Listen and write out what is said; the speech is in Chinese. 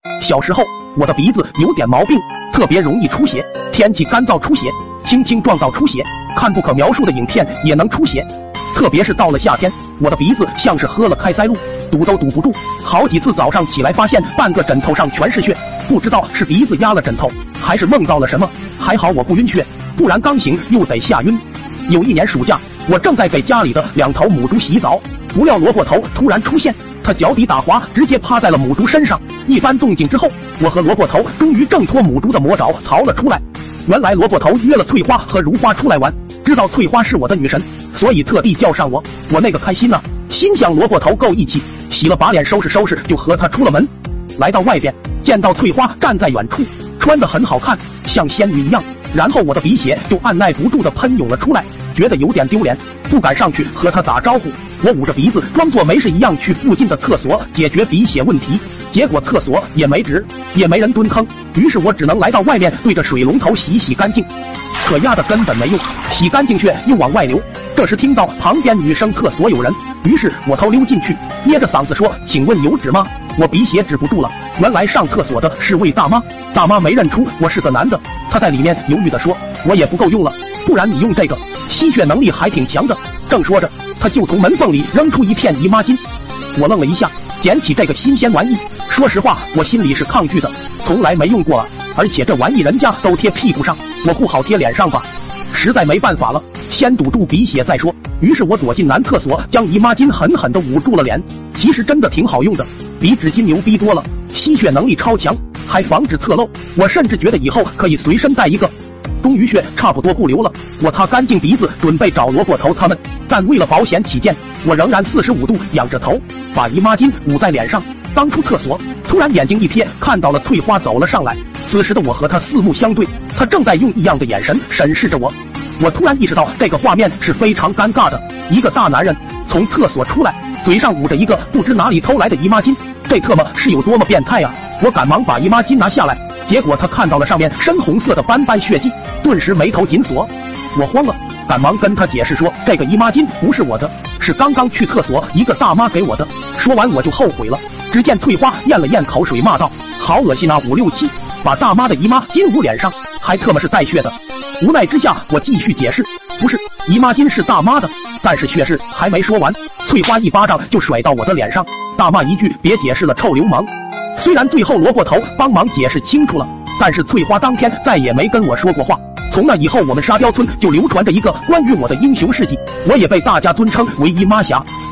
小时候我的鼻子有点毛病，特别容易出血，天气干燥出血，轻轻撞到出血，看不可描述的影片也能出血。特别是到了夏天，我的鼻子像是喝了开塞露，堵都堵不住。好几次早上起来发现半个枕头上全是血，不知道是鼻子压了枕头，还是梦到了什么。还好我不晕血，不然刚醒又得吓晕。有一年暑假，我正在给家里的2头母猪洗澡，不料萝卜头突然出现，他脚底打滑，直接趴在了母猪身上。一番动静之后，我和萝卜头终于挣脱母猪的魔爪逃了出来。原来萝卜头约了翠花和如花出来玩，知道翠花是我的女神，所以特地叫上我。我那个开心啊，心想萝卜头够义气，洗了把脸收拾收拾就和他出了门。来到外边，见到翠花站在远处，穿得很好看，像仙女一样，然后我的鼻血就按耐不住的喷涌了出来，觉得有点丢脸，不敢上去和他打招呼。我捂着鼻子装作没事一样去附近的厕所解决鼻血问题，结果厕所也没纸，也没人蹲坑，于是我只能来到外面对着水龙头洗干净，可压的根本没用，洗干净血又往外流。这时听到旁边女生厕所有人，于是我偷溜进去，捏着嗓子说：“请问有纸吗？”我鼻血止不住了，原来上厕所的是位大妈。大妈没认出我是个男的，她在里面犹豫地说：“我也不够用了，不然你用这个，吸血能力还挺强的。”正说着，她就从门缝里扔出一片姨妈巾。我愣了一下，捡起这个新鲜玩意，说实话我心里是抗拒的，从来没用过了，而且这玩意人家都贴屁股上，我不好贴脸上吧。实在没办法了，先堵住鼻血再说。于是我躲进男厕所，将姨妈巾狠狠地捂住了脸。其实真的挺好用的，比纸巾牛逼多了，吸血能力超强，还防止侧漏。我甚至觉得以后可以随身带一个。终于血差不多不流了，我擦干净鼻子准备找萝卜头他们，但为了保险起见，我仍然45度仰着头，把姨妈巾捂在脸上。刚出厕所，突然眼睛一瞥，看到了翠花走了上来。此时的我和她四目相对，她正在用异样的眼神审视着我。我突然意识到这个画面是非常尴尬的，一个大男人从厕所出来，嘴上捂着一个不知哪里偷来的姨妈巾，这特么是有多么变态啊！我赶忙把姨妈巾拿下来，结果他看到了上面深红色的斑斑血迹，顿时眉头紧锁。我慌了，赶忙跟他解释说，这个姨妈巾不是我的，是刚刚去厕所一个大妈给我的。说完我就后悔了。只见翠花咽了咽口水，骂道：“好恶心啊！567，把大妈的姨妈巾捂脸上，还特么是带血的。”无奈之下，我继续解释：“不是，姨妈巾是大妈的，但是血事还没说完。”翠花一巴掌就甩到我的脸上，大骂一句：“别解释了，臭流氓！”虽然最后萝卜头帮忙解释清楚了，但是翠花当天再也没跟我说过话。从那以后，我们沙雕村就流传着一个关于我的英雄事迹，我也被大家尊称为姨妈侠。